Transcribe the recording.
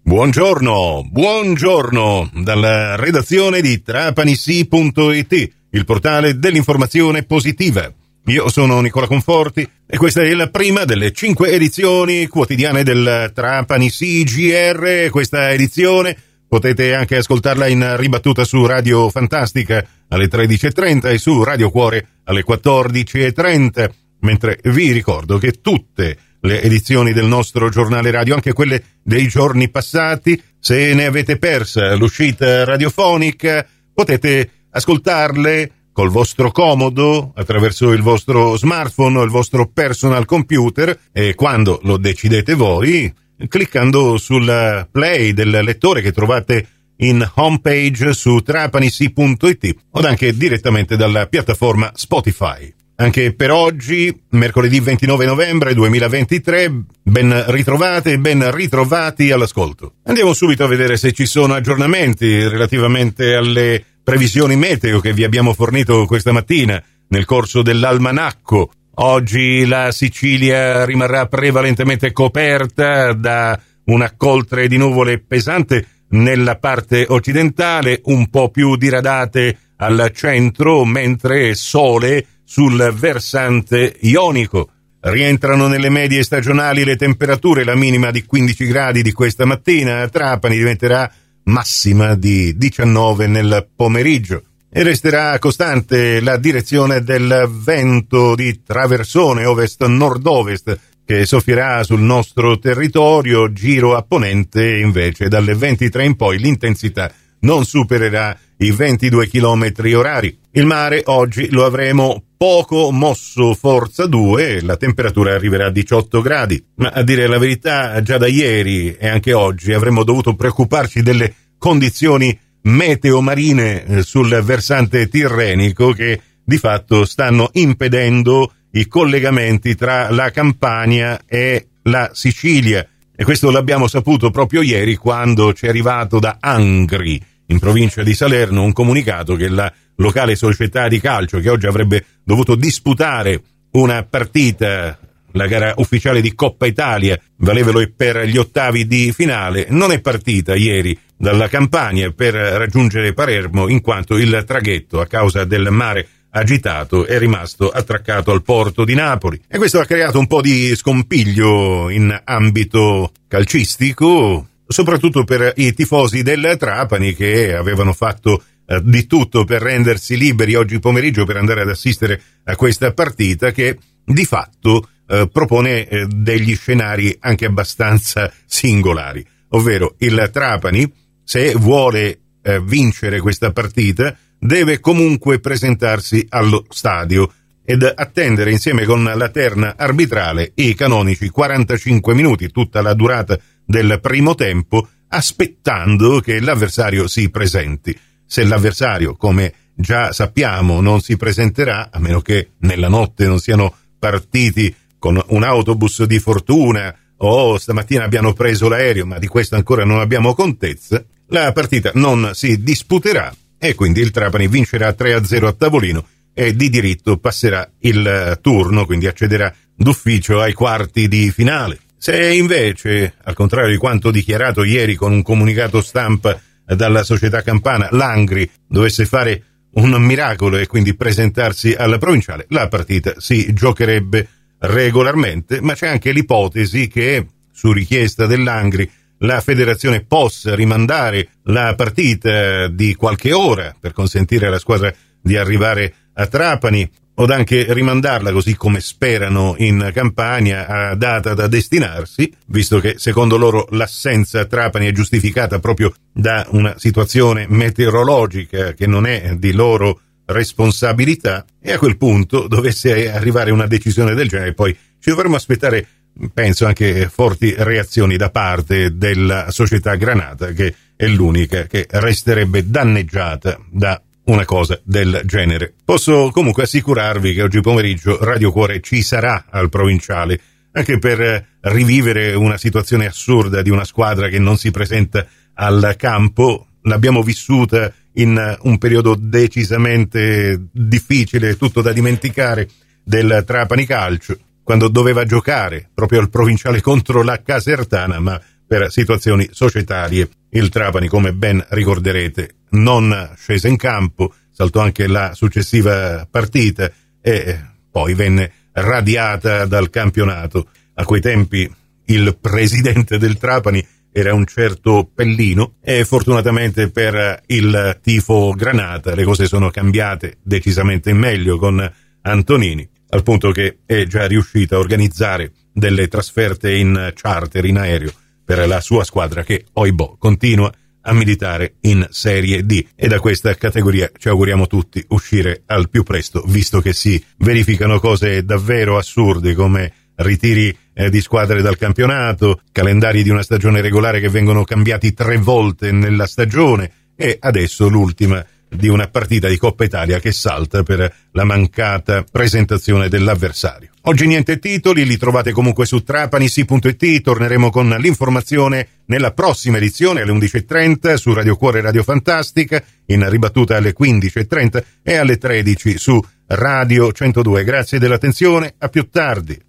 Buongiorno dalla redazione di trapanisi.it, il portale dell'informazione positiva. Io sono Nicola Conforti e questa è la prima delle 5 edizioni quotidiane del Trapanisi GR. Questa edizione potete anche ascoltarla in ribattuta su Radio Fantastica alle 13.30 e su Radio Cuore alle 14.30, mentre vi ricordo che tutte le edizioni del nostro giornale radio, anche quelle dei giorni passati, se ne avete persa l'uscita radiofonica, potete ascoltarle col vostro comodo attraverso il vostro smartphone o il vostro personal computer, e quando lo decidete voi, cliccando sul play del lettore che trovate in homepage su trapanisi.it o anche direttamente dalla piattaforma Spotify. Anche per oggi, mercoledì 29 novembre 2023, ben ritrovate e ben ritrovati all'ascolto. Andiamo subito a vedere se ci sono aggiornamenti relativamente alle previsioni meteo che vi abbiamo fornito questa mattina nel corso dell'almanacco. Oggi la Sicilia rimarrà prevalentemente coperta da una coltre di nuvole pesante nella parte occidentale, un po' più diradate al centro, mentre sole sul versante ionico. Rientrano nelle medie stagionali le temperature, la minima di 15 gradi di questa mattina a Trapani diventerà massima di 19 nel pomeriggio e resterà costante la direzione del vento di traversone ovest-nord-ovest che soffierà sul nostro territorio, giro a ponente invece dalle 23 in poi l'intensità non supererà i 22 km orari. Il mare oggi lo avremo poco mosso forza 2, la temperatura arriverà a 18 gradi, ma a dire la verità già da ieri e anche oggi avremmo dovuto preoccuparci delle condizioni meteo marine sul versante tirrenico che di fatto stanno impedendo i collegamenti tra la Campania e la Sicilia, e questo l'abbiamo saputo proprio ieri quando ci è arrivato da Angri, in provincia di Salerno, un comunicato che la locale società di calcio, che oggi avrebbe dovuto disputare una partita, la gara ufficiale di Coppa Italia, valevole per gli ottavi di finale, non è partita ieri dalla Campania per raggiungere Palermo in quanto il traghetto, a causa del mare agitato, è rimasto attraccato al porto di Napoli, e questo ha creato un po' di scompiglio in ambito calcistico, soprattutto per i tifosi del Trapani che avevano fatto di tutto per rendersi liberi oggi pomeriggio per andare ad assistere a questa partita che di fatto propone degli scenari anche abbastanza singolari, ovvero il Trapani, se vuole vincere questa partita, deve comunque presentarsi allo stadio ed attendere insieme con la terna arbitrale i canonici 45 minuti, tutta la durata del primo tempo, aspettando che l'avversario si presenti. Se l'avversario, come già sappiamo, non si presenterà, a meno che nella notte non siano partiti con un autobus di fortuna o stamattina abbiano preso l'aereo, ma di questo ancora non abbiamo contezza, la partita non si disputerà e quindi il Trapani vincerà 3-0 a tavolino e di diritto passerà il turno, quindi accederà d'ufficio ai quarti di finale. Se invece, al contrario di quanto dichiarato ieri con un comunicato stampa dalla società campana, l'Angri dovesse fare un miracolo e quindi presentarsi alla provinciale, la partita si giocherebbe regolarmente, ma c'è anche l'ipotesi che, su richiesta dell'Angri, la federazione possa rimandare la partita di qualche ora per consentire alla squadra di arrivare a Trapani, o anche rimandarla, così come sperano in Campania, a data da destinarsi, visto che secondo loro l'assenza a Trapani è giustificata proprio da una situazione meteorologica che non è di loro responsabilità, e a quel punto dovesse arrivare una decisione del genere, poi ci dovremmo aspettare, penso, anche forti reazioni da parte della società granata, che è l'unica che resterebbe danneggiata da una cosa del genere. Posso comunque assicurarvi che oggi pomeriggio Radio Cuore ci sarà al provinciale, anche per rivivere una situazione assurda di una squadra che non si presenta al campo. L'abbiamo vissuta in un periodo decisamente difficile, tutto da dimenticare, del Trapani Calcio, quando doveva giocare proprio al provinciale contro la Casertana, ma per situazioni societarie. Il Trapani, come ben ricorderete, non scese in campo, saltò anche la successiva partita e poi venne radiata dal campionato. A quei tempi il presidente del Trapani era un certo Pellino e fortunatamente per il tifo granata le cose sono cambiate decisamente in meglio con Antonini, al punto che è già riuscito a organizzare delle trasferte in charter, in aereo, per la sua squadra che, oibò, continua a militare in Serie D, e da questa categoria ci auguriamo tutti uscire al più presto, visto che si verificano cose davvero assurde come ritiri di squadre dal campionato, calendari di una stagione regolare che vengono cambiati 3 volte nella stagione e adesso l'ultima di una partita di Coppa Italia che salta per la mancata presentazione dell'avversario. Oggi niente titoli, li trovate comunque su trapanisi.it, torneremo con l'informazione nella prossima edizione alle 11.30 su Radio Cuore e Radio Fantastica, in ribattuta alle 15.30 e alle 13 su Radio 102. Grazie dell'attenzione, a più tardi.